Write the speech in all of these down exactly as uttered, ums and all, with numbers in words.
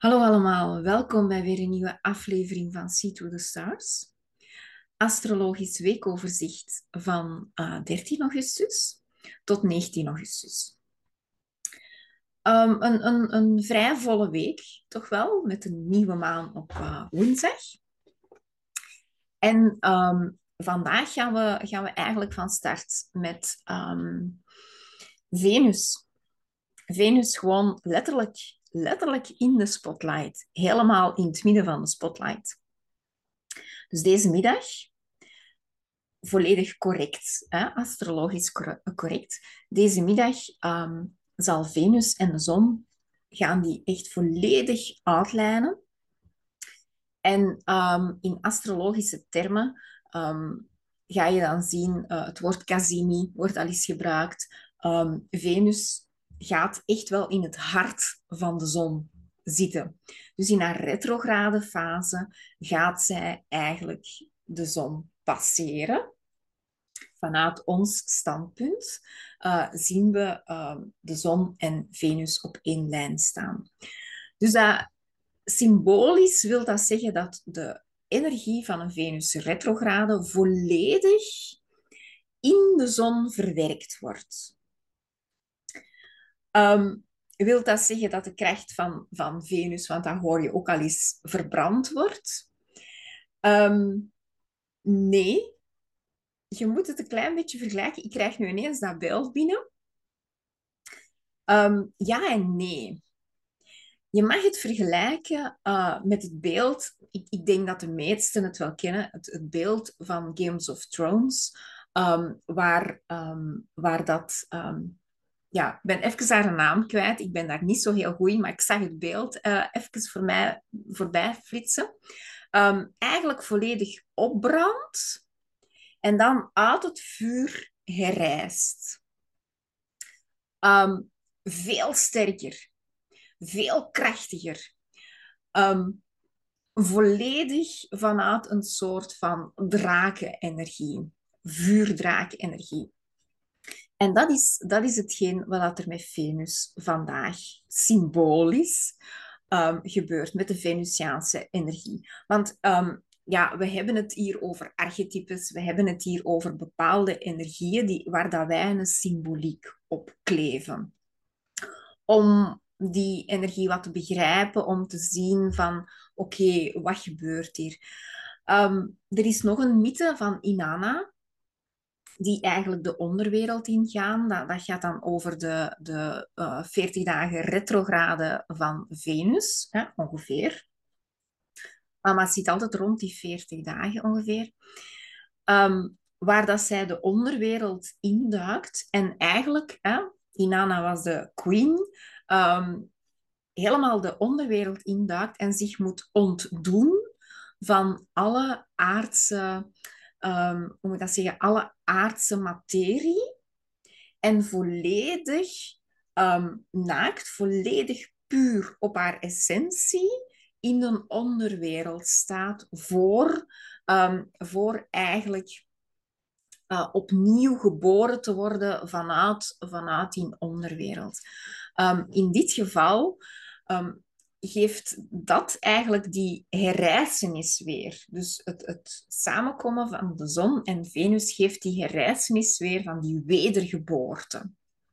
Hallo allemaal, welkom bij weer een nieuwe aflevering van See to the Stars. Astrologisch weekoverzicht van eh, dertien augustus tot negentien augustus. Um, een, een, een vrij volle week, toch wel, met een nieuwe maan op uh, woensdag. En um, vandaag gaan we, gaan we eigenlijk van start met um, Venus. Venus gewoon letterlijk, letterlijk in de spotlight. Helemaal in het midden van de spotlight. Dus deze middag, volledig correct, hè, astrologisch correct, deze middag um, zal Venus en de zon gaan die echt volledig uitlijnen. En um, in astrologische termen um, ga je dan zien, uh, het woord Cazimi wordt al eens gebruikt. Um, Venus gaat echt wel in het hart van de zon zitten. Dus in haar retrograde fase gaat zij eigenlijk de zon passeren. Vanuit ons standpunt uh, zien we uh, de zon en Venus op één lijn staan. Dus dat symbolisch wil dat zeggen dat de energie van een Venus retrograde volledig in de zon verwerkt wordt. Um, wil dat zeggen dat de kracht van, van Venus, want dat hoor je ook al eens, verbrand wordt? Um, nee. Je moet het een klein beetje vergelijken. Ik krijg nu ineens dat beeld binnen. Um, ja en nee. Je mag het vergelijken uh, met het beeld. Ik, ik, denk dat de meesten het wel kennen. Het, het beeld van Games of Thrones. Um, waar, um, waar dat... Um, ja, ik ben even haar naam kwijt. Ik ben daar niet zo heel goed in, maar ik zag het beeld uh, even voor mij voorbij flitsen. Um, eigenlijk volledig opbrandt en dan uit het vuur herrijst. Um, veel sterker, veel krachtiger. Um, volledig vanuit een soort van drakenenergie, vuurdrakenenergie. En dat is, dat is hetgeen wat er met Venus vandaag symbolisch um, gebeurt, met de Venusiaanse energie. Want um, ja, we hebben het hier over archetypes, we hebben het hier over bepaalde energieën die, waar dat wij een symboliek op kleven. Om die energie wat te begrijpen, om te zien van, oké, okay, wat gebeurt hier? Um, er is nog een mythe van Inanna, die eigenlijk de onderwereld ingaan. Dat, dat gaat dan over de, de uh, veertig dagen retrograde van Venus, hè, ongeveer. Maar het zit altijd rond die veertig dagen ongeveer. Um, waar dat zij de onderwereld induikt. En eigenlijk, hè, Inanna was de queen, um, helemaal de onderwereld induikt en zich moet ontdoen van alle aardse, um, hoe moet ik dat zeggen, alle aardse materie en volledig um, naakt, volledig puur op haar essentie in een onderwereld staat voor, um, voor eigenlijk uh, opnieuw geboren te worden vanuit, vanuit die onderwereld. Um, in dit geval um, geeft dat eigenlijk die herrijzenis weer. Dus het, het samenkomen van de zon en Venus geeft die herrijzenis weer van die wedergeboorte.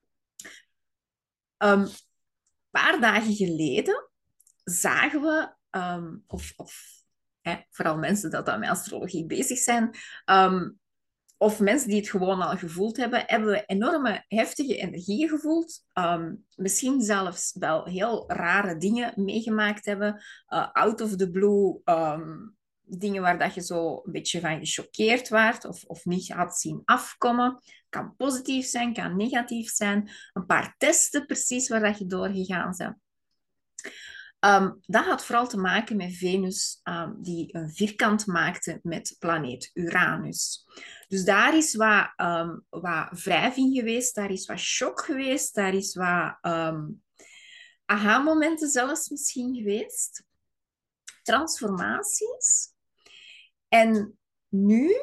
Een um, paar dagen geleden zagen we, um, of, of hè, vooral mensen dat aan met astrologie bezig zijn, um, of mensen die het gewoon al gevoeld hebben, hebben we enorme heftige energieën gevoeld. Um, misschien zelfs wel heel rare dingen meegemaakt hebben. Uh, out of the blue, um, dingen waar dat je zo een beetje van gechoqueerd werd of, of niet had zien afkomen. Kan positief zijn, kan negatief zijn. Een paar testen precies waar dat je doorgegaan bent. Um, dat had vooral te maken met Venus, um, die een vierkant maakte met planeet Uranus. Dus daar is wat, um, wat wrijving geweest, daar is wat shock geweest, daar is wat um, aha-momenten zelfs misschien geweest. Transformaties. En nu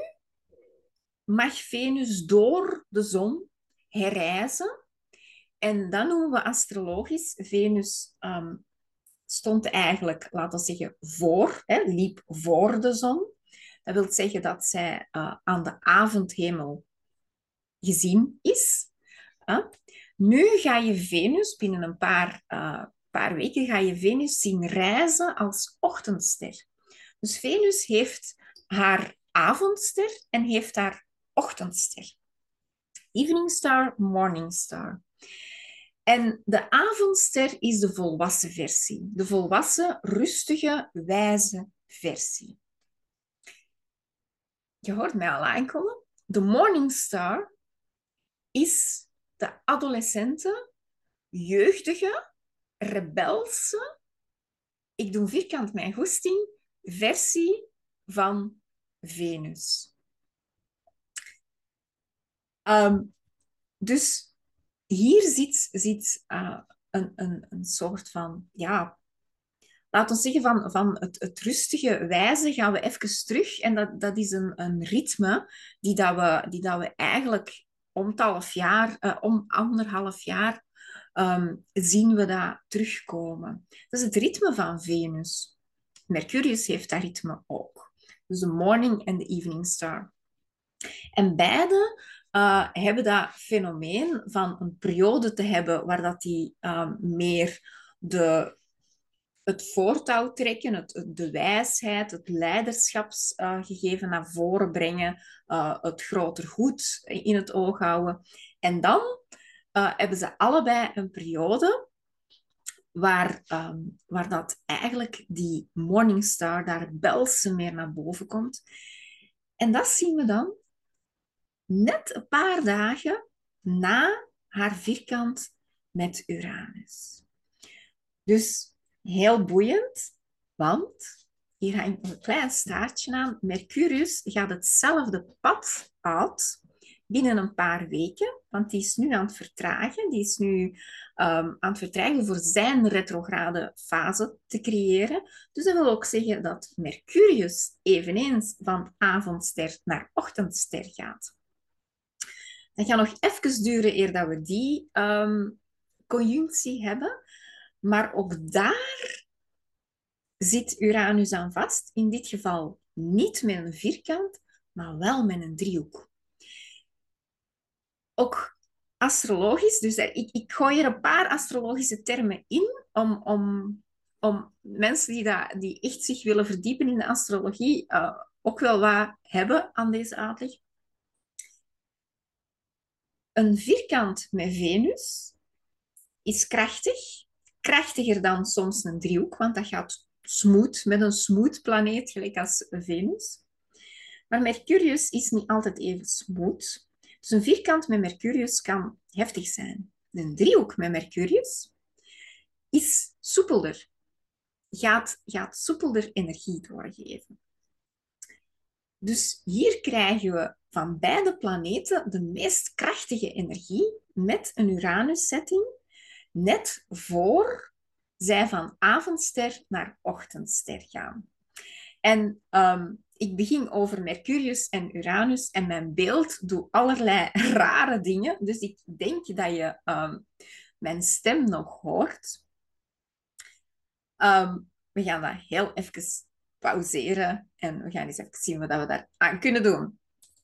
mag Venus door de zon herreizen. En dat noemen we astrologisch Venus um, stond eigenlijk, laten we zeggen, voor, hè, liep voor de zon. Dat wil zeggen dat zij uh, aan de avondhemel gezien is. Uh. Nu ga je Venus, binnen een paar, uh, paar weken, ga je Venus zien reizen als ochtendster. Dus Venus heeft haar avondster en heeft haar ochtendster. Evening star, morning star. En de avondster is de volwassen versie. De volwassen, rustige, wijze versie. Je hoort mij al aankomen. De morning star is de adolescente, jeugdige, rebelse, ik doe vierkant mijn goesting, versie van Venus. Um, dus hier zit, zit uh, een, een, een soort van, ja, laten we zeggen van, van het, het rustige wijze gaan we even terug. En dat, dat is een, een ritme die, dat we, die dat we eigenlijk om het half jaar, uh, om anderhalf jaar um, zien we dat terugkomen. Dat is het ritme van Venus. Mercurius heeft dat ritme ook. Dus de morning en de evening star. En beide uh, hebben dat fenomeen van een periode te hebben waar dat die uh, meer de, het voortouw trekken, het, de wijsheid, het leiderschapsgegeven uh, naar voren brengen, uh, het groter goed in het oog houden. En dan uh, hebben ze allebei een periode waar, um, waar dat eigenlijk die Morningstar, daar Belse meer naar boven komt. En dat zien we dan net een paar dagen na haar vierkant met Uranus. Dus heel boeiend, want hier hangt een klein staartje aan. Mercurius gaat hetzelfde pad uit binnen een paar weken, want die is nu aan het vertragen. Die is nu um, aan het vertragen voor zijn retrograde fase te creëren. Dus dat wil ook zeggen dat Mercurius eveneens van avondster naar ochtendster gaat. Dat gaat nog even duren eer dat we die um, conjunctie hebben. Maar ook daar zit Uranus aan vast. In dit geval niet met een vierkant, maar wel met een driehoek. Ook astrologisch, dus er, ik, ik gooi er een paar astrologische termen in om, om, om mensen die, dat, die echt zich willen verdiepen in de astrologie uh, ook wel wat hebben aan deze uitleg. Een vierkant met Venus is krachtig. Krachtiger dan soms een driehoek, want dat gaat smooth, met een smooth planeet, gelijk als Venus. Maar Mercurius is niet altijd even smooth. Dus een vierkant met Mercurius kan heftig zijn. Een driehoek met Mercurius is soepelder. Gaat, gaat soepelder energie doorgeven. Dus hier krijgen we van beide planeten de meest krachtige energie met een Uranus-setting, net voor zij van avondster naar ochtendster gaan. En um, ik begin over Mercurius en Uranus en mijn beeld doet allerlei rare dingen. Dus ik denk dat je um, mijn stem nog hoort. Um, we gaan dat heel even pauzeren en we gaan eens even zien wat we daar aan kunnen doen.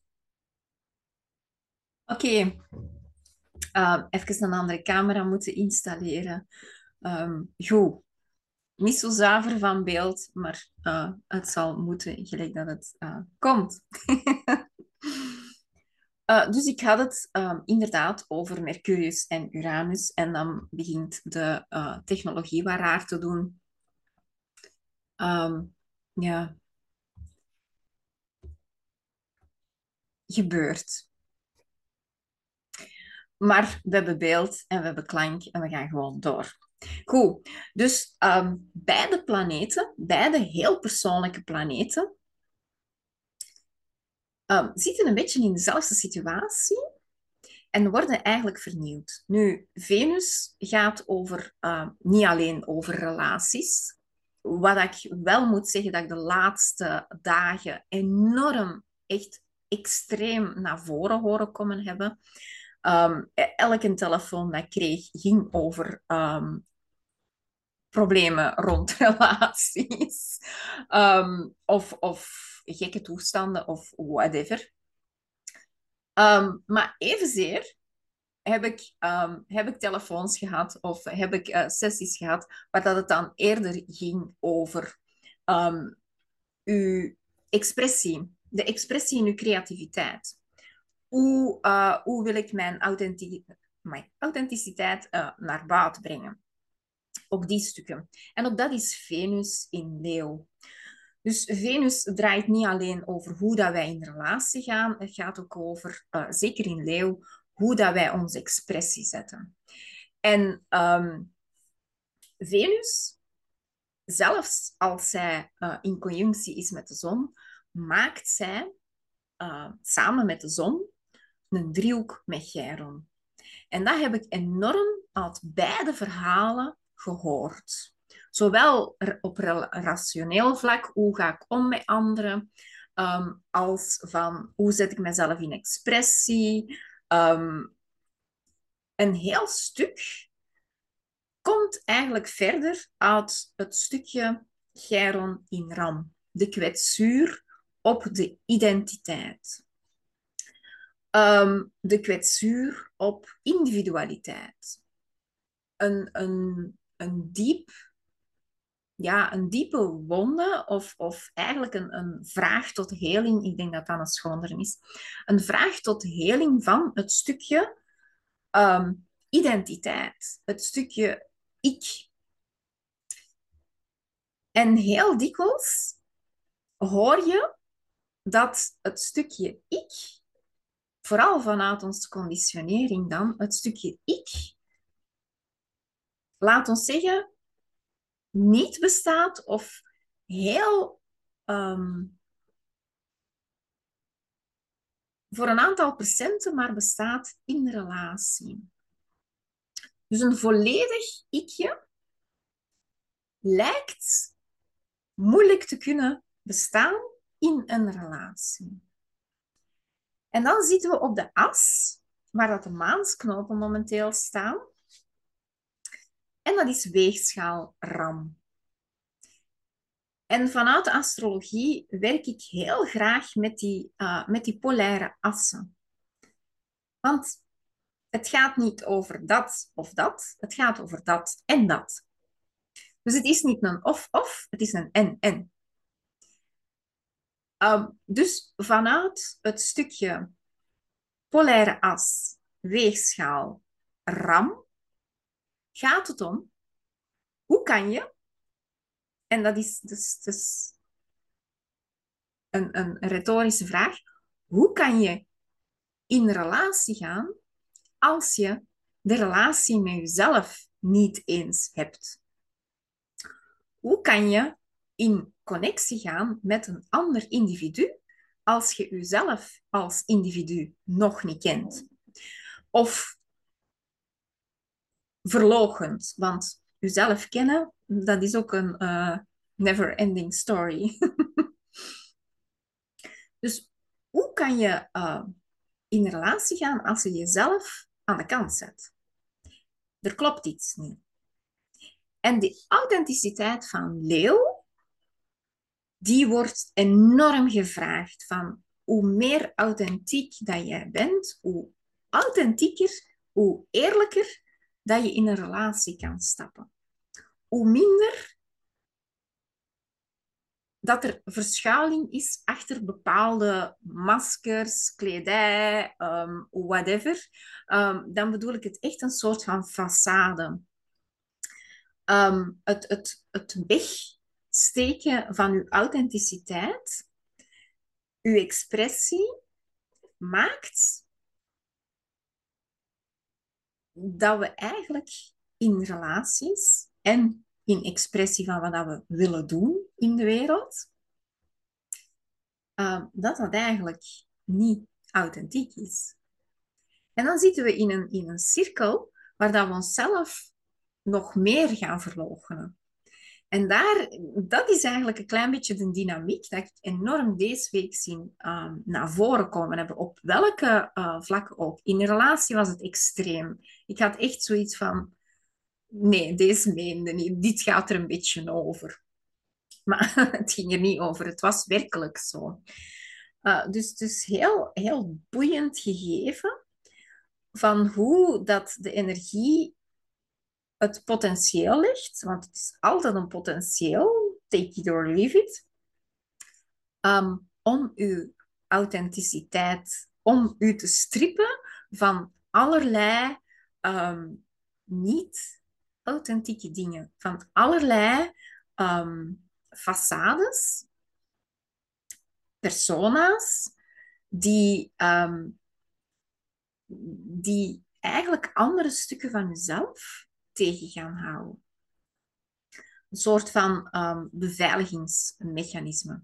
Oké, okay. uh, even een andere camera moeten installeren. Um, goed. Niet zo zuiver van beeld, maar uh, het zal moeten gelijk dat het uh, komt. uh, dus ik had het um, inderdaad over Mercurius en Uranus en dan begint de uh, technologie wat raar te doen. Um, ja. Gebeurt. Maar we hebben beeld en we hebben klank en we gaan gewoon door. Goed, dus um, beide planeten, beide heel persoonlijke planeten, um, zitten een beetje in dezelfde situatie en worden eigenlijk vernieuwd. Nu, Venus gaat over, uh, niet alleen over relaties. Wat ik wel moet zeggen, dat ik de laatste dagen enorm, echt extreem naar voren horen komen hebben. Um, elke telefoon dat ik kreeg ging over um, problemen rond relaties. Um, of, of gekke toestanden of whatever. Um, maar evenzeer heb ik, um, heb ik telefoons gehad of heb ik uh, sessies gehad waar dat het dan eerder ging over um, uw expressie, de expressie in uw creativiteit. Hoe, uh, hoe wil ik mijn, authentic mijn authenticiteit uh, naar buiten brengen? Op die stukken. En ook dat is Venus in Leeuw. Dus Venus draait niet alleen over hoe dat wij in relatie gaan, het gaat ook over, uh, zeker in Leeuw, hoe dat wij onze expressie zetten. En um, Venus, zelfs als zij uh, in conjunctie is met de zon, maakt zij uh, samen met de zon een driehoek met Chiron. En dat heb ik enorm uit beide verhalen gehoord. Zowel op rationeel vlak, hoe ga ik om met anderen, um, als van hoe zet ik mezelf in expressie. Um, een heel stuk komt eigenlijk verder uit het stukje Chiron in Ram. De kwetsuur op de identiteit. Um, de kwetsuur op individualiteit. Een, een, een, diep, ja, een diepe wonde of, of eigenlijk een, een vraag tot heling. Ik denk dat dat een schoner is. Een vraag tot heling van het stukje um, identiteit. Het stukje ik. En heel dikwijls hoor je dat het stukje ik, vooral vanuit onze conditionering dan, het stukje ik, laat ons zeggen, niet bestaat of heel um, voor een aantal procenten maar bestaat in relatie. Dus een volledig ikje lijkt moeilijk te kunnen bestaan in een relatie. En dan zitten we op de as, waar dat de maansknopen momenteel staan. En dat is weegschaal Ram. En vanuit de astrologie werk ik heel graag met die, uh, met die polaire assen. Want het gaat niet over dat of dat, het gaat over dat en dat. Dus het is niet een of-of, het is een en-en. Um, dus vanuit het stukje polaire as, weegschaal, Ram, gaat het om hoe kan je, en dat is dus, dus een, een retorische vraag, hoe kan je in relatie gaan als je de relatie met jezelf niet eens hebt? Hoe kan je in connectie gaan met een ander individu als je jezelf als individu nog niet kent? Of verloochend, want jezelf kennen, dat is ook een uh, never-ending story. Dus hoe kan je uh, in relatie gaan als je jezelf aan de kant zet? Er klopt iets niet. En die authenticiteit van Leeuw, die wordt enorm gevraagd van hoe meer authentiek dat jij bent, hoe authentieker, hoe eerlijker dat je in een relatie kan stappen. Hoe minder dat er verschuiling is achter bepaalde maskers, kledij, um, whatever, um, dan bedoel ik het echt een soort van façade. Um, het, het, het wegsteken van uw authenticiteit, uw expressie, maakt dat we eigenlijk in relaties en in expressie van wat we willen doen in de wereld, uh, dat dat eigenlijk niet authentiek is. En dan zitten we in een, in een cirkel waar dat we onszelf nog meer gaan verloochenen. En daar, dat is eigenlijk een klein beetje de dynamiek dat ik enorm deze week zien um, naar voren komen hebben. Op welke uh, vlakken ook. In een relatie was het extreem. Ik had echt zoiets van, Nee, deze meende niet. Dit gaat er een beetje over. Maar het ging er niet over. Het was werkelijk zo. Uh, dus dus heel, heel boeiend gegeven van hoe dat de energie het potentieel ligt, want het is altijd een potentieel, take it or leave it, um, om uw authenticiteit, om u te strippen van allerlei um, niet-authentieke dingen, van allerlei um, façades, persona's, die, um, die eigenlijk andere stukken van jezelf tegen gaan houden. Een soort van um, beveiligingsmechanisme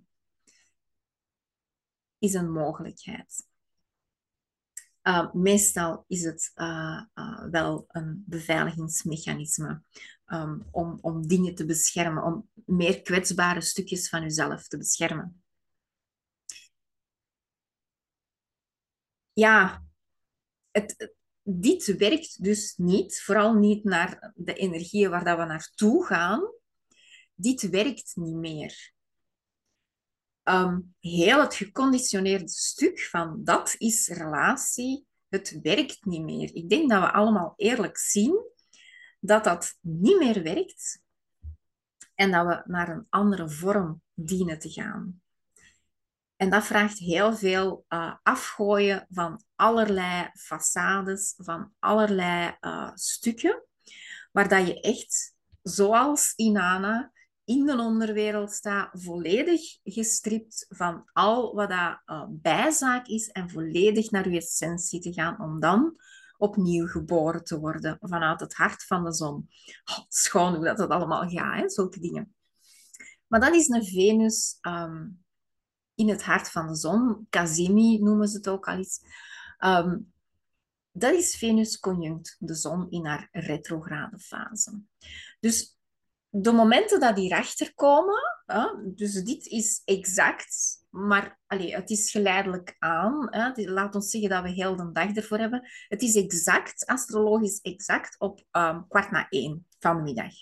is een mogelijkheid. Uh, meestal is het uh, uh, wel een beveiligingsmechanisme um, om, om dingen te beschermen, om meer kwetsbare stukjes van jezelf te beschermen. Ja, het, dit werkt dus niet, vooral niet naar de energieën waar dat we naartoe gaan. Dit werkt niet meer. Um, heel het geconditioneerde stuk van dat is relatie, het werkt niet meer. Ik denk dat we allemaal eerlijk zien dat dat niet meer werkt en dat we naar een andere vorm dienen te gaan. En dat vraagt heel veel uh, afgooien van allerlei façades, van allerlei uh, stukken, waar dat je echt, zoals Inanna, in de onderwereld staat, volledig gestript van al wat dat uh, bijzaak is en volledig naar je essentie te gaan, om dan opnieuw geboren te worden vanuit het hart van de zon. Oh, schoon hoe dat, dat allemaal gaat, hè, zulke dingen. Maar dat is een Venus um, in het hart van de zon. Cazimi noemen ze het ook al eens. Um, dat is Venus conjunct de zon in haar retrograde fase. Dus de momenten dat die erachter komen, hè, dus dit is exact, maar allez, het is geleidelijk aan. Hè, laat ons zeggen dat we heel de dag ervoor hebben. Het is exact, astrologisch exact, op um, kwart na één van de middag.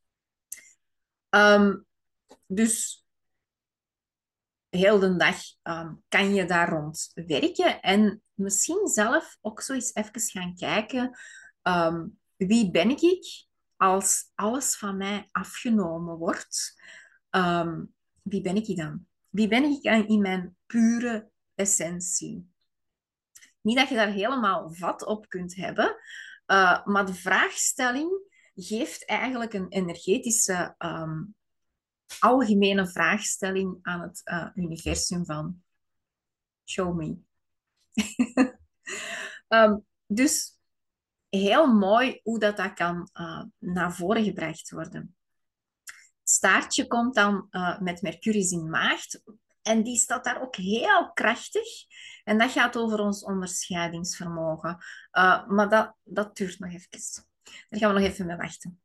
Um, dus heel de dag um, kan je daar rond werken en misschien zelf ook zo eens even gaan kijken, um, wie ben ik als alles van mij afgenomen wordt? Um, wie ben ik dan? Wie ben ik in mijn pure essentie? Niet dat je daar helemaal vat op kunt hebben, uh, maar de vraagstelling geeft eigenlijk een energetische um, algemene vraagstelling aan het uh, universum van show me. um, dus heel mooi hoe dat, dat kan uh, naar voren gebracht worden. Het staartje komt dan uh, met Mercurius in maagd en die staat daar ook heel krachtig. En dat gaat over ons onderscheidingsvermogen. Uh, maar dat, dat duurt nog even. Daar gaan we nog even mee wachten.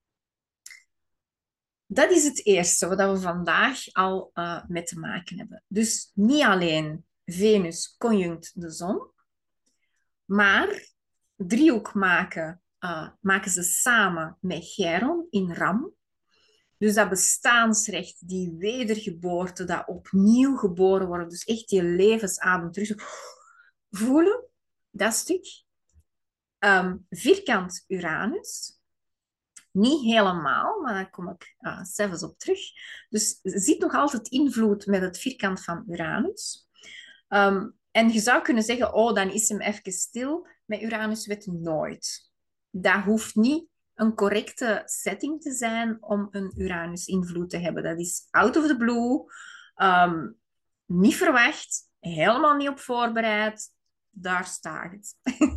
Dat is het eerste wat we vandaag al uh, mee te maken hebben. Dus niet alleen Venus conjunct de zon, maar driehoek maken, uh, maken ze samen met Chiron in Ram. Dus dat bestaansrecht, die wedergeboorte, dat opnieuw geboren worden, dus echt die levensadem terug voelen, dat stuk. Um, vierkant Uranus. Niet helemaal, maar daar kom ik uh, zelfs op terug. Dus er zit nog altijd invloed met het vierkant van Uranus. Um, en je zou kunnen zeggen, oh, dan is hem even stil. Met Uranus weet nooit. Dat hoeft niet een correcte setting te zijn om een Uranus-invloed te hebben. Dat is out of the blue, um, niet verwacht, helemaal niet op voorbereid. Daar staat het.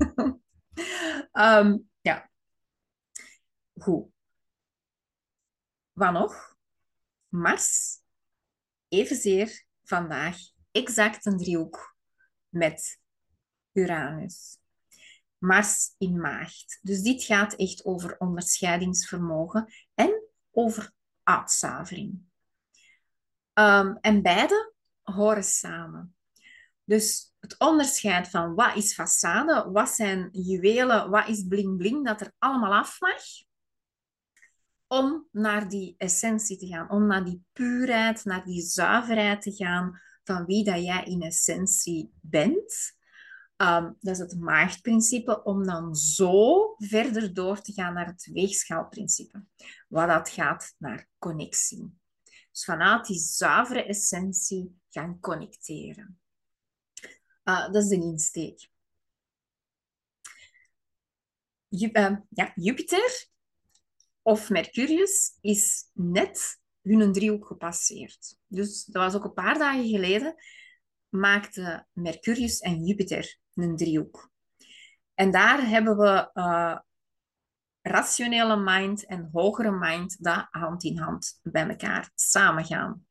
um, ja, goed. Wat nog? Mars, evenzeer vandaag exact een driehoek met Uranus. Mars in maagd. Dus dit gaat echt over onderscheidingsvermogen en over uitzavering. Um, en beide horen samen. Dus het onderscheid van wat is façade, wat zijn juwelen, wat is bling bling, dat er allemaal af mag. om naar die essentie te gaan, om naar die puurheid, naar die zuiverheid te gaan van wie dat jij in essentie bent. Um, dat is het maagdprincipe, om dan zo verder door te gaan naar het weegschaalprincipe, waar dat gaat naar connectie. Dus vanuit die zuivere essentie gaan connecteren. Uh, dat is de insteek. Ju uh, ja, Jupiter of Mercurius is net hun driehoek gepasseerd. Dus dat was ook een paar dagen geleden, maakten Mercurius en Jupiter een driehoek. En daar hebben we uh, rationele mind en hogere mind dat hand in hand bij elkaar samengaan.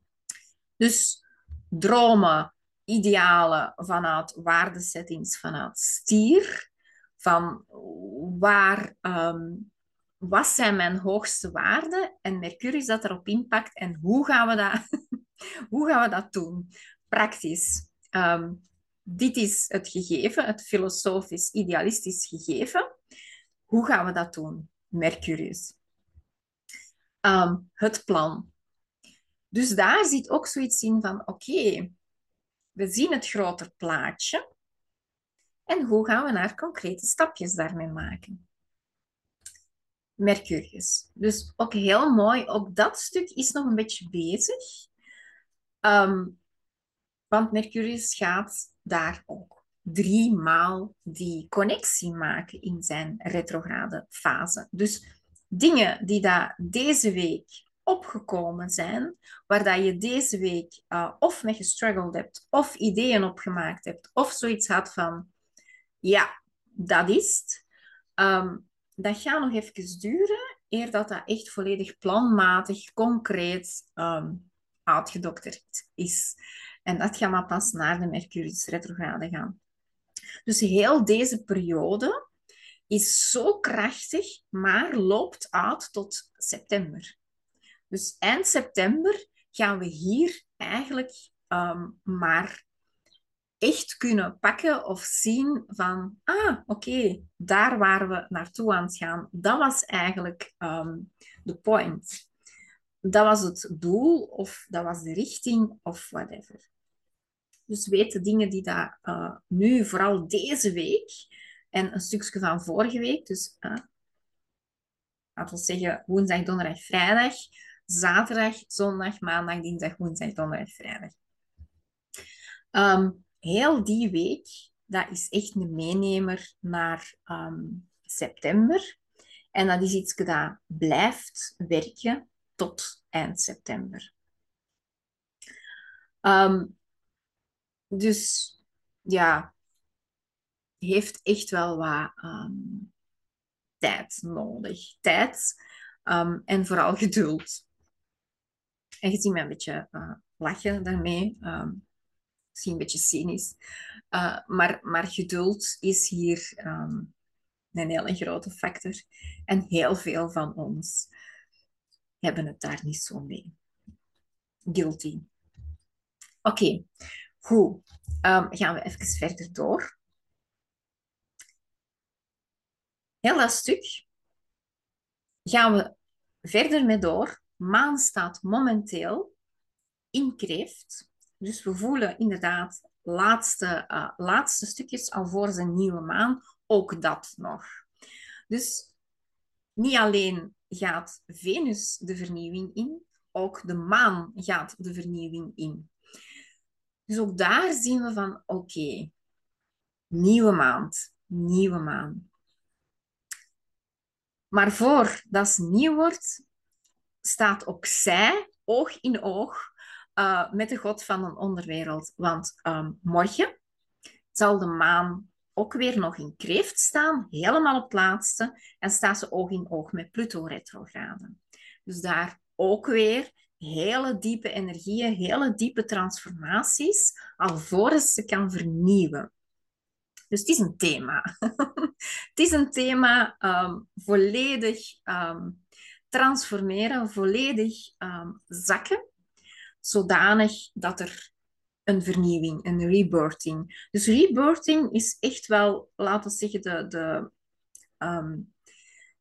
Dus dromen, idealen vanuit waardesettings, vanuit stier, van waar, um, wat zijn mijn hoogste waarden en Mercurius dat erop inpakt en hoe gaan we dat, hoe gaan we dat doen? Praktisch. Um, dit is het gegeven, het filosofisch, idealistisch gegeven. Hoe gaan we dat doen? Mercurius. Um, het plan. Dus daar zit ook zoiets in van, oké, okay, we zien het groter plaatje. En hoe gaan we naar concrete stapjes daarmee maken? Mercurius. Dus ook heel mooi, ook dat stuk is nog een beetje bezig. Um, want Mercurius gaat daar ook drie maal die connectie maken in zijn retrograde fase. Dus dingen die daar deze week opgekomen zijn, waar dat je deze week uh, of mee gestruggeld hebt, of ideeën opgemaakt hebt, of zoiets had van, ja, dat is het. Um, dat gaat nog even duren, eer dat dat echt volledig planmatig, concreet um, uitgedokterd is. En dat gaat maar pas naar de Mercurius retrograde gaan. Dus heel deze periode is zo krachtig, maar loopt uit tot september. Dus eind september gaan we hier eigenlijk um, maar echt kunnen pakken of zien van, ah, oké, okay, daar waren we naartoe aan het gaan. Dat was eigenlijk um, de point. Dat was het doel of dat was de richting of whatever. Dus weet de dingen die daar uh, nu, vooral deze week en een stukje van vorige week, dus uh, laten we zeggen woensdag, donderdag, vrijdag, zaterdag, zondag, maandag, dinsdag, woensdag, donderdag, vrijdag. Um, heel die week, dat is echt een meenemer naar um, september. En dat is iets dat blijft werken tot eind september. Um, dus ja, heeft echt wel wat um, tijd nodig. Tijd um, en vooral geduld. En je ziet mij een beetje uh, lachen daarmee. Um, misschien een beetje cynisch. Uh, maar, maar geduld is hier um, een hele grote factor. En heel veel van ons hebben het daar niet zo mee. Guilty. Oké, okay. Goed. Um, gaan we even verder door. Heel dat stuk gaan we verder mee door. Maan staat momenteel in Kreeft. Dus we voelen inderdaad laatste, uh, laatste stukjes al voor zijn nieuwe maan. Ook dat nog. Dus niet alleen gaat Venus de vernieuwing in, ook de maan gaat de vernieuwing in. Dus ook daar zien we van, oké, okay, nieuwe maand, nieuwe maan. Maar voordat het nieuw wordt, staat ook zij oog in oog uh, met de god van een onderwereld. Want um, morgen zal de maan ook weer nog in Kreeft staan, helemaal op het laatste, en staat ze oog in oog met Pluto retrograde. Dus daar ook weer hele diepe energieën, hele diepe transformaties, alvorens ze kan vernieuwen. Dus het is een thema. Het is een thema um, volledig um, transformeren, volledig um, zakken, zodanig dat er een vernieuwing, een rebirthing. Dus rebirthing is echt wel, laten we zeggen, de, de, um,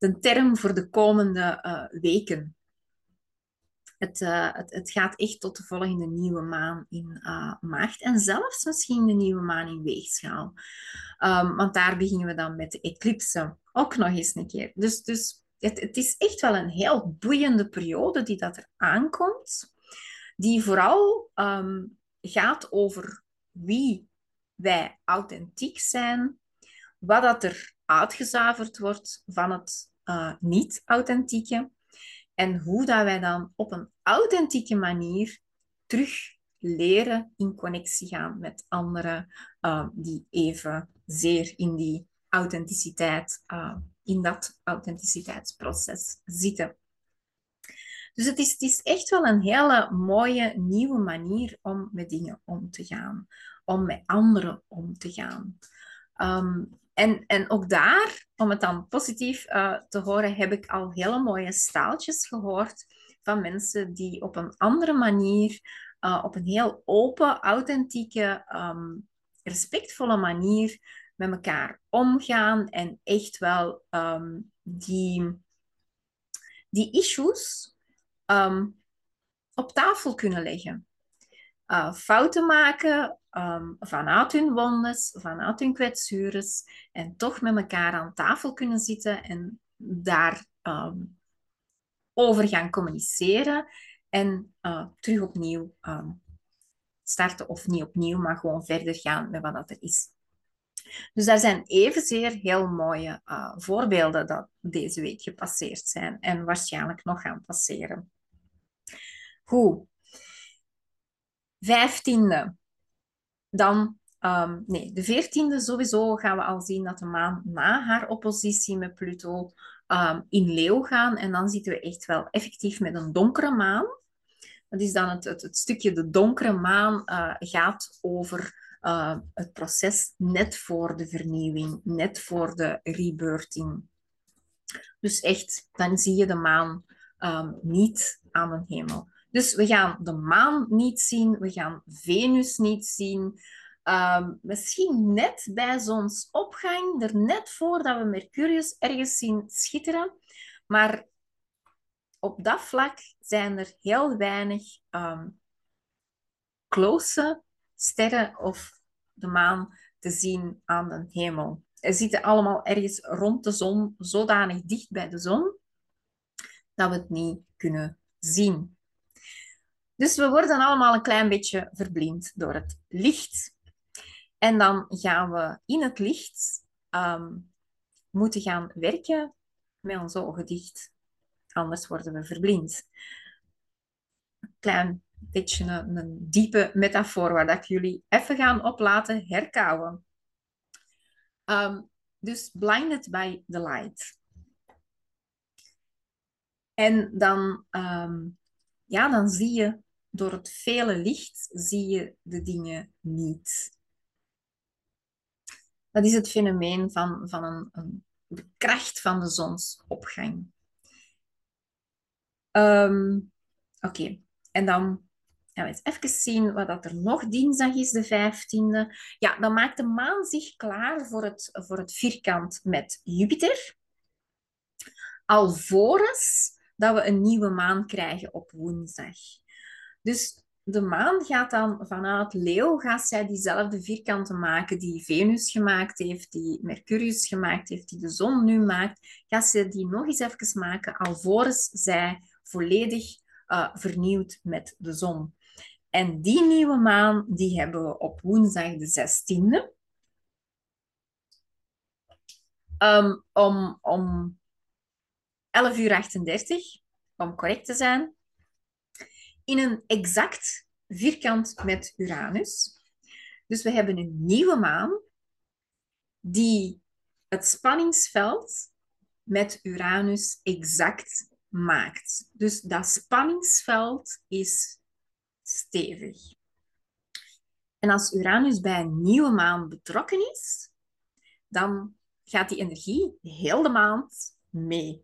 de term voor de komende uh, weken. Het, uh, het, het gaat echt tot de volgende nieuwe maan in uh, maagd en zelfs misschien de nieuwe maan in weegschaal. Um, want daar beginnen we dan met de eclipse ook nog eens een keer. Dus, dus het, het is echt wel een heel boeiende periode die dat er aankomt, die vooral um, gaat over wie wij authentiek zijn, wat dat er uitgezuiverd wordt van het uh, niet-authentieke en hoe dat wij dan op een authentieke manier terug leren in connectie gaan met anderen uh, die evenzeer in die authenticiteit, uh, in dat authenticiteitsproces zitten. Dus het is, het is echt wel een hele mooie nieuwe manier om met dingen om te gaan, om met anderen om te gaan. Um, en, en ook daar, om het dan positief uh, te horen, heb ik al hele mooie staaltjes gehoord van mensen die op een andere manier, uh, op een heel open, authentieke, um, respectvolle manier met elkaar omgaan en echt wel um, die, die issues um, op tafel kunnen leggen. Uh, fouten maken um, vanuit hun wondes, vanuit hun kwetsures en toch met elkaar aan tafel kunnen zitten en daar um, over gaan communiceren en uh, terug opnieuw um, starten of niet opnieuw, maar gewoon verder gaan met wat dat er is. Dus daar zijn evenzeer heel mooie uh, voorbeelden dat deze week gepasseerd zijn en waarschijnlijk nog gaan passeren. Goed. Vijftiende. Dan, um, nee, de veertiende sowieso gaan we al zien dat de maan na haar oppositie met Pluto um, in Leeuw gaan. En dan zitten we echt wel effectief met een donkere maan. Dat is dan het, het, het stukje de donkere maan uh, gaat over uh, het proces net voor de vernieuwing, net voor de rebirthing. Dus echt, dan zie je de maan um, niet aan de hemel. Dus we gaan de maan niet zien, we gaan Venus niet zien. Um, misschien net bij zonsopgang, er net voordat we Mercurius ergens zien schitteren. Maar op dat vlak zijn er heel weinig um, close sterren of de maan te zien aan de hemel. Ze zitten allemaal ergens rond de zon, zodanig dicht bij de zon, dat we het niet kunnen zien. Dus we worden allemaal een klein beetje verblind door het licht. En dan gaan we in het licht um, moeten gaan werken met onze ogen dicht. Anders worden we verblind. Een klein beetje een, een diepe metafoor waar dat ik jullie even gaan op laten herkauwen. Um, dus blinded by the light. En dan, um, ja, dan zie je door het vele licht zie je de dingen niet. Dat is het fenomeen van, van een, een, de kracht van de zonsopgang. Um, Oké, okay. En dan gaan we eens even zien wat dat er nog dinsdag is, de vijftiende. Ja, dan maakt de maan zich klaar voor het, voor het vierkant met Jupiter. Alvorens dat we een nieuwe maan krijgen op woensdag. Dus de maan gaat dan vanuit Leeuw, gaat zij diezelfde vierkanten maken die Venus gemaakt heeft, die Mercurius gemaakt heeft, die de zon nu maakt, gaat ze die nog eens even maken, alvorens zij volledig uh, vernieuwd met de zon. En die nieuwe maan, die hebben we op woensdag de zestiende. Um, om, om elf uur achtendertig, om correct te zijn, in een exact vierkant met Uranus. Dus we hebben een nieuwe maan die het spanningsveld met Uranus exact maakt. Dus dat spanningsveld is stevig. En als Uranus bij een nieuwe maan betrokken is, dan gaat die energie heel de maand mee.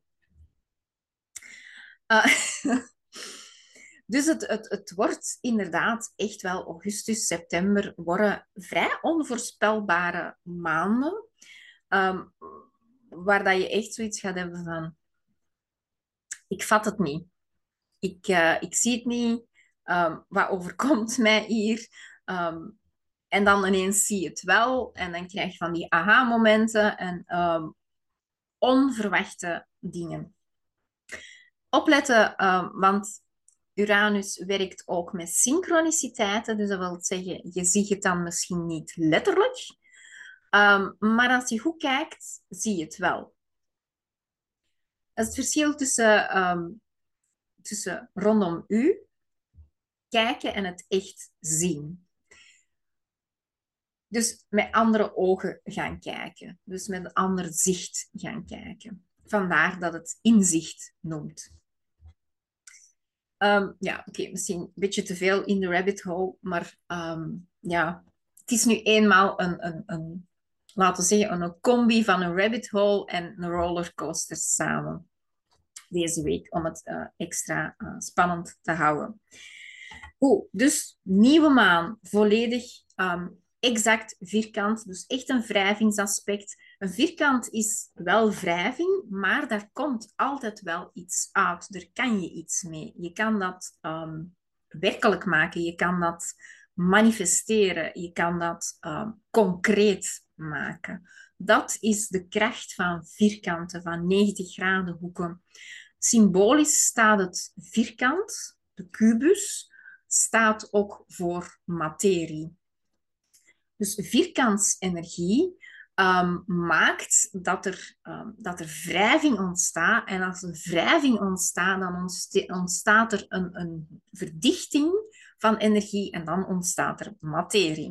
Uh, dus het, het, het wordt inderdaad echt wel augustus, september, worden vrij onvoorspelbare maanden. Um, waar dat je echt zoiets gaat hebben van, ik vat het niet. Ik, uh, ik zie het niet. Um, wat overkomt mij hier? Um, en dan ineens zie je het wel. En dan krijg je van die aha-momenten en um, onverwachte dingen. Opletten, um, want Uranus werkt ook met synchroniciteiten. Dus dat wil zeggen, je ziet het dan misschien niet letterlijk. Um, maar als je goed kijkt, zie je het wel. Dat is het verschil tussen, um, tussen rondom u kijken en het echt zien. Dus met andere ogen gaan kijken. Dus met een ander zicht gaan kijken. Vandaar dat het inzicht noemt. Um, ja, oké, okay, misschien een beetje te veel in de rabbit hole, maar um, ja, het is nu eenmaal een, een, een, laten we zeggen, een combi van een rabbit hole en een rollercoaster samen. Deze week, om het uh, extra uh, spannend te houden. Goed, dus nieuwe maan, volledig um, exact vierkant, dus echt een wrijvingsaspect. Een vierkant is wel wrijving, maar daar komt altijd wel iets uit. Daar kan je iets mee. Je kan dat um, werkelijk maken, je kan dat manifesteren, je kan dat um, concreet maken. Dat is de kracht van vierkanten, van negentig graden hoeken. Symbolisch staat het vierkant, de kubus, staat ook voor materie. Dus vierkantsenergie um, maakt dat er, um, dat er wrijving ontstaat. En als er wrijving ontstaat, dan ontstaat er een, een verdichting van energie en dan ontstaat er materie.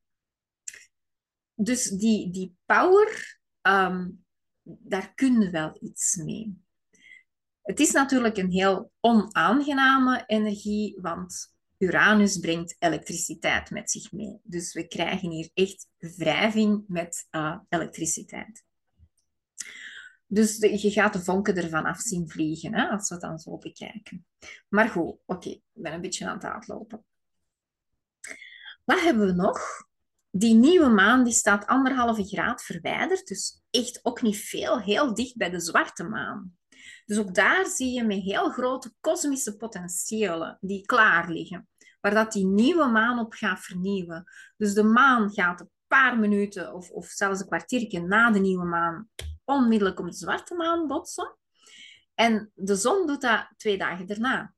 Dus die, die power, um, daar kun je wel iets mee. Het is natuurlijk een heel onaangename energie, want Uranus brengt elektriciteit met zich mee. Dus we krijgen hier echt wrijving met uh, elektriciteit. Dus de, je gaat de vonken ervan af zien vliegen, hè, als we het dan zo bekijken. Maar goed, oké, okay, ik ben een beetje aan het uitlopen. Wat hebben we nog? Die nieuwe maan die staat anderhalve graad verwijderd, dus echt ook niet veel, heel dicht bij de zwarte maan. Dus ook daar zie je met heel grote kosmische potentiëlen die klaar liggen, waar dat die nieuwe maan op gaat vernieuwen. Dus de maan gaat een paar minuten of, of zelfs een kwartiertje na de nieuwe maan onmiddellijk op de zwarte maan botsen. En de zon doet dat twee dagen daarna.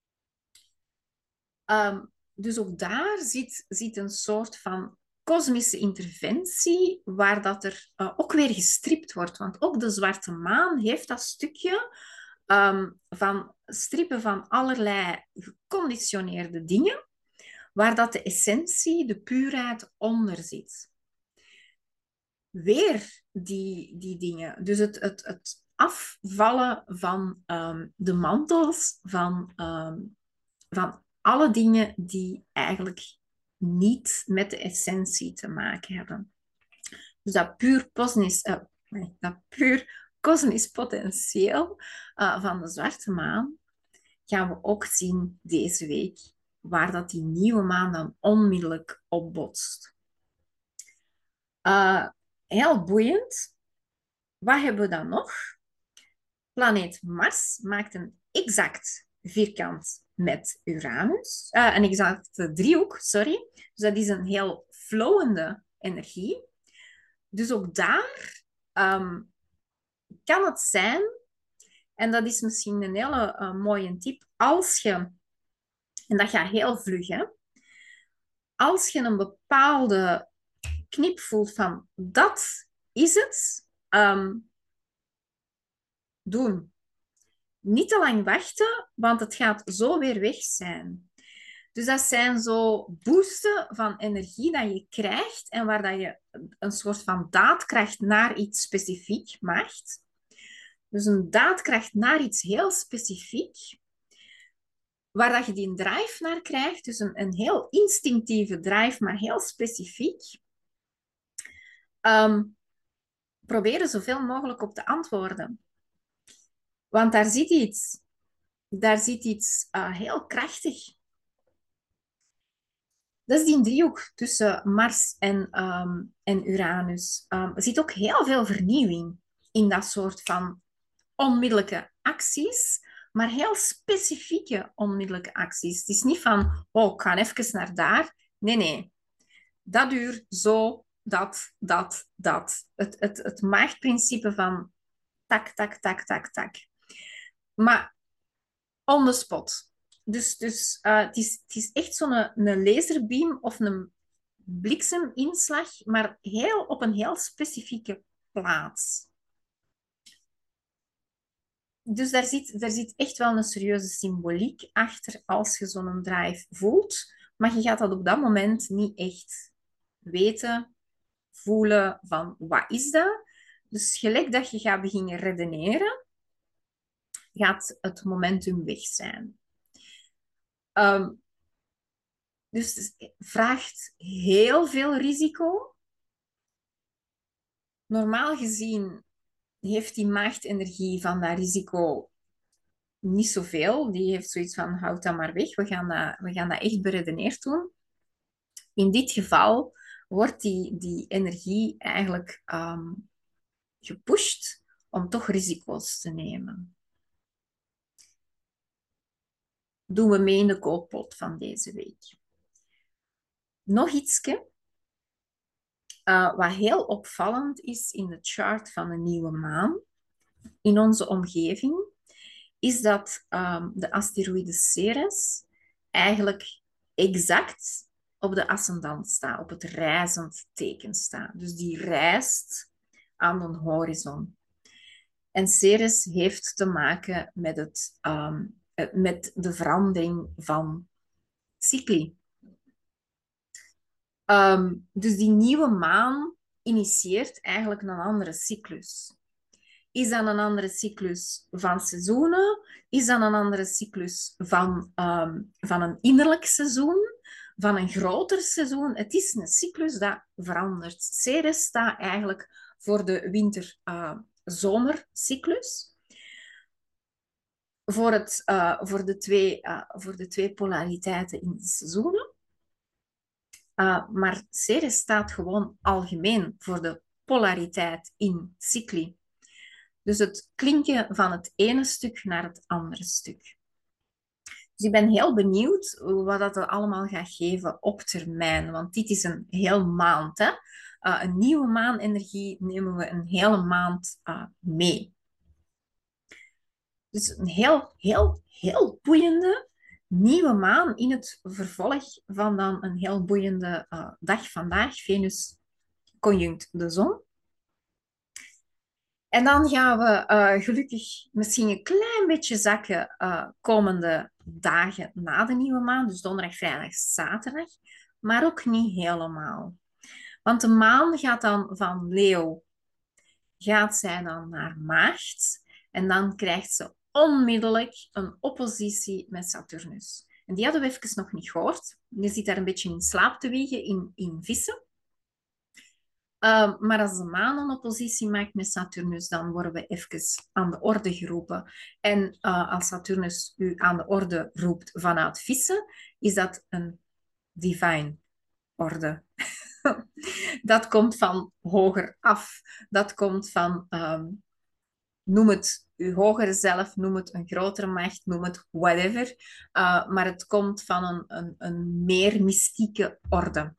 Um, dus ook daar zit, zit een soort van kosmische interventie, waar dat er uh, ook weer gestript wordt. Want ook de zwarte maan heeft dat stukje um, van strippen van allerlei geconditioneerde dingen, waar dat de essentie, de puurheid onder zit. Weer die, die dingen. Dus het, het, het afvallen van um, de mantels, van, um, van alle dingen die eigenlijk niet met de essentie te maken hebben. Dus dat puur kosmisch, uh, nee, dat puur kosmisch potentieel uh, van de zwarte maan gaan we ook zien deze week, waar dat die nieuwe maan dan onmiddellijk opbotst. Uh, heel boeiend. Wat hebben we dan nog? Planeet Mars maakt een exact vierkant met Uranus. Uh, een exacte driehoek, sorry. Dus dat is een heel flowende energie. Dus ook daar um, kan het zijn, en dat is misschien een hele uh, mooie tip, als je, en dat gaat heel vlug, hè, als je een bepaalde knip voelt van dat is het, um, doen. Niet te lang wachten, want het gaat zo weer weg zijn. Dus dat zijn zo boosten van energie dat je krijgt en waar dat je een soort van daadkracht naar iets specifiek maakt. Dus een daadkracht naar iets heel specifiek, waar dat je die drive naar krijgt. Dus een, een heel instinctieve drive, maar heel specifiek. Um, probeer er zoveel mogelijk op te antwoorden. Want daar zit iets. Daar zit iets uh, heel krachtig. Dat is die driehoek tussen Mars en, um, en Uranus. Um, er zit ook heel veel vernieuwing. in dat soort van onmiddellijke acties, maar heel specifieke onmiddellijke acties. Het is niet van, oh, ik ga even naar daar. Nee, nee. Dat uur, zo, dat, dat, dat. Het, het, het maagdprincipe van tak, tak, tak, tak, tak. Maar on the spot. Dus, dus uh, het, is, het is echt zo'n een, een laserbeam of een blikseminslag, maar heel, op een heel specifieke plaats. Dus daar zit, daar zit echt wel een serieuze symboliek achter als je zo'n drive voelt. Maar je gaat dat op dat moment niet echt weten, voelen van wat is dat? Dus gelijk dat je gaat beginnen redeneren, gaat het momentum weg zijn. Um, dus het vraagt heel veel risico. Normaal gezien heeft die maagdenergie van dat risico niet zoveel. Die heeft zoiets van, houd dat maar weg. We gaan dat, we gaan dat echt beredeneerd doen. In dit geval wordt die, die energie eigenlijk um, gepusht om toch risico's te nemen. Doen we mee in de kookpot van deze week. Nog ietsje. Uh, wat heel opvallend is in de chart van een nieuwe maan in onze omgeving, is dat um, de asteroïde Ceres eigenlijk exact op de ascendant staat, op het reizend teken staat. Dus die reist aan de horizon. En Ceres heeft te maken met, het, um, met de verandering van cycli. Um, dus die nieuwe maan initieert eigenlijk een andere cyclus. Is dat een andere cyclus van seizoenen? Is dat een andere cyclus van, um, van een innerlijk seizoen? Van een groter seizoen? Het is een cyclus dat verandert. Ceres staat eigenlijk voor de winter-zomercyclus. Uh, voor, het, uh, voor, de twee, uh, voor de twee polariteiten in de seizoenen. Uh, maar Ceres staat gewoon algemeen voor de polariteit in cycli. Dus het klinken van het ene stuk naar het andere stuk. Dus ik ben heel benieuwd wat dat allemaal gaat geven op termijn. Want dit is een heel maand. Hè? Uh, een nieuwe maanenergie nemen we een hele maand uh, mee. Dus een heel, heel, heel boeiende nieuwe maan in het vervolg van dan een heel boeiende uh, dag vandaag. Venus conjunct de zon. En dan gaan we uh, gelukkig misschien een klein beetje zakken uh, komende dagen na de nieuwe maan. Dus donderdag, vrijdag, zaterdag. Maar ook niet helemaal. Want de maan gaat dan van Leeuw, gaat zij dan naar Maagd. En dan krijgt ze onmiddellijk een oppositie met Saturnus. En die hadden we even nog niet gehoord. Je zit daar een beetje in slaap te wiegen in, in vissen. Uh, maar als de maan een oppositie maakt met Saturnus, dan worden we even aan de orde geroepen. En uh, als Saturnus u aan de orde roept vanuit vissen, is dat een divine orde. Dat komt van hoger af. Dat komt van, um, noem het uw hogere zelf, noem het een grotere macht, noem het whatever. Uh, maar het komt van een, een, een meer mystieke orde.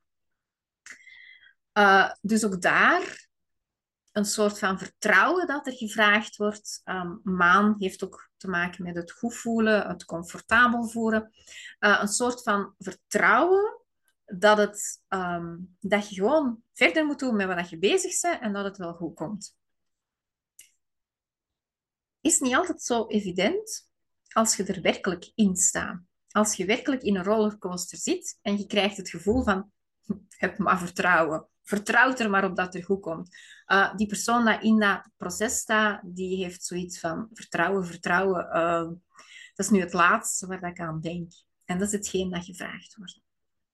Uh, dus ook daar een soort van vertrouwen dat er gevraagd wordt. Um, maan heeft ook te maken met het goed voelen, het comfortabel voelen. Uh, een soort van vertrouwen dat, het, um, dat je gewoon verder moet doen met wat je bezig bent en dat het wel goed komt. Is niet altijd zo evident als je er werkelijk in staat. Als je werkelijk in een rollercoaster zit en je krijgt het gevoel van heb maar vertrouwen. Vertrouw er maar op dat het goed komt. Uh, die persoon die in dat proces staat, die heeft zoiets van vertrouwen, vertrouwen. Uh, dat is nu het laatste waar ik aan denk. En dat is hetgeen dat gevraagd wordt.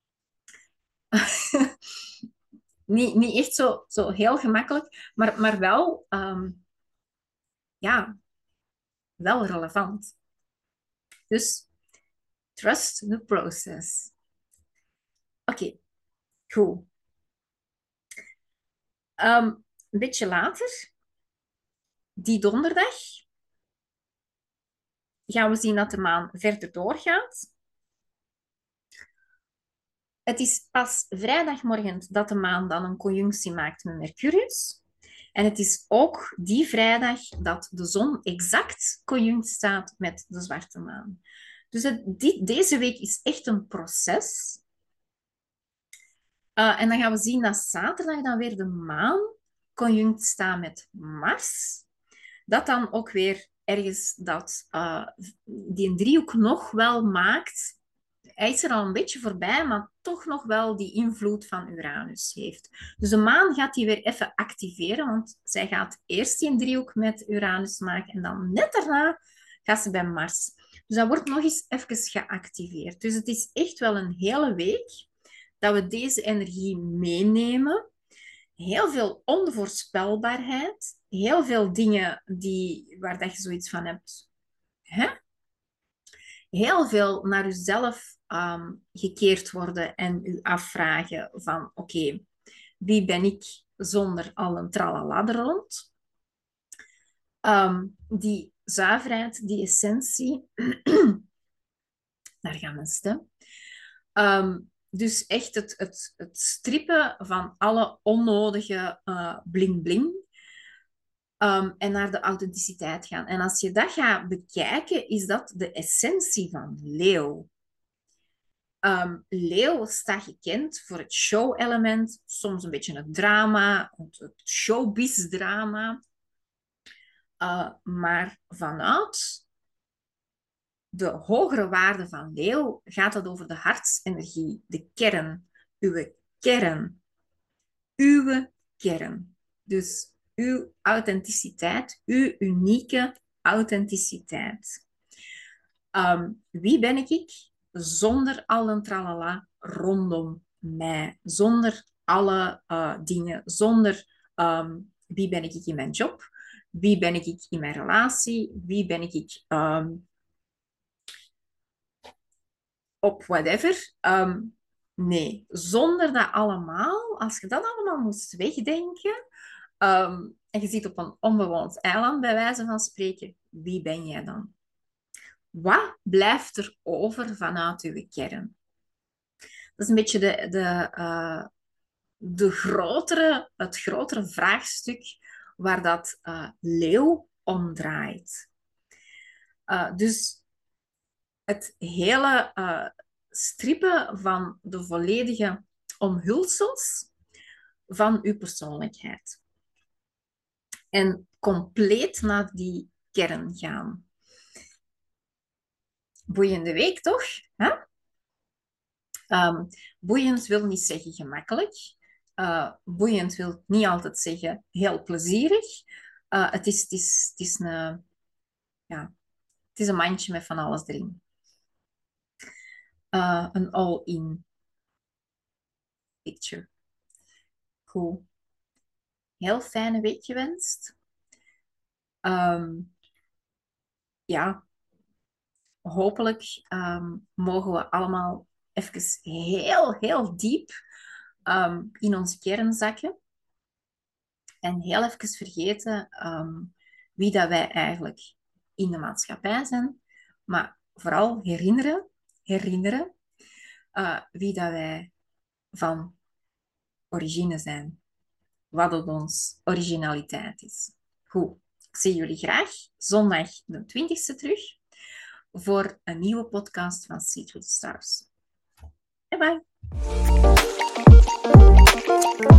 niet, niet echt zo, zo heel gemakkelijk, maar, maar wel, um, ja, wel relevant. Dus trust the process. Oké, okay, goed. Um, een beetje later Die donderdag gaan we zien dat de maan verder doorgaat. Het is pas vrijdagmorgen dat de maan dan een conjunctie maakt met Mercurius. En het is ook die vrijdag dat de zon exact conjunct staat met de zwarte maan. Dus het, dit, deze week is echt een proces. Uh, en dan gaan we zien dat zaterdag dan weer de maan conjunct staat met Mars. Dat dan ook weer ergens dat, uh, die een driehoek nog wel maakt. Hij is er al een beetje voorbij, maar toch nog wel die invloed van Uranus heeft. Dus de maan gaat die weer even activeren, want zij gaat eerst die een driehoek met Uranus maken en dan net daarna gaat ze bij Mars. Dus dat wordt nog eens even geactiveerd. Dus het is echt wel een hele week dat we deze energie meenemen. Heel veel onvoorspelbaarheid. Heel veel dingen die, waar dat je zoiets van hebt. Hè? Heel veel naar jezelf um, gekeerd worden en u afvragen van oké, okay, wie ben ik zonder al een tralala er rond? Um, die zuiverheid, die essentie. Daar gaan mijn stem. Um, dus echt het, het, het strippen van alle onnodige uh, bling-bling. Um, en naar de authenticiteit gaan. En als je dat gaat bekijken, is dat de essentie van Leo. Um, Leo staat gekend voor het show-element, soms een beetje het drama, het showbiz-drama. Uh, maar vanuit de hogere waarde van Leo gaat het over de hartsenergie, de kern, uw kern. Uw kern. Dus uw authenticiteit, uw unieke authenticiteit. Um, wie ben ik zonder al een tralala rondom mij? Zonder alle uh, dingen, zonder um, wie ben ik in mijn job? Wie ben ik in mijn relatie? Wie ben ik um, op whatever? Um, nee, zonder dat allemaal, als je dat allemaal moest wegdenken, um, en je zit op een onbewoond eiland, bij wijze van spreken, wie ben jij dan? Wat blijft er over vanuit uw kern? Dat is een beetje de, de, uh, de grotere, het grotere vraagstuk waar dat uh, leeuw om draait. Uh, dus het hele uh, strippen van de volledige omhulsels van uw persoonlijkheid. En compleet naar die kern gaan. Boeiende week, toch? Huh? Um, boeiend wil niet zeggen gemakkelijk. Uh, boeiend wil niet altijd zeggen heel plezierig. Uh, het, is, het, is, het, is een, ja, het is een mandje met van alles erin. Uh, een all-in picture. Goed. Heel fijne week gewenst. Um, ja, hopelijk um, mogen we allemaal even heel, heel diep um, in onze kern zakken. En heel even vergeten um, wie dat wij eigenlijk in de maatschappij zijn. Maar vooral herinneren, herinneren uh, wie dat wij van origine zijn. Wat het ons originaliteit is. Goed, ik zie jullie graag zondag de twintigste terug voor een nieuwe podcast van Seed to the Stars. Bye bye!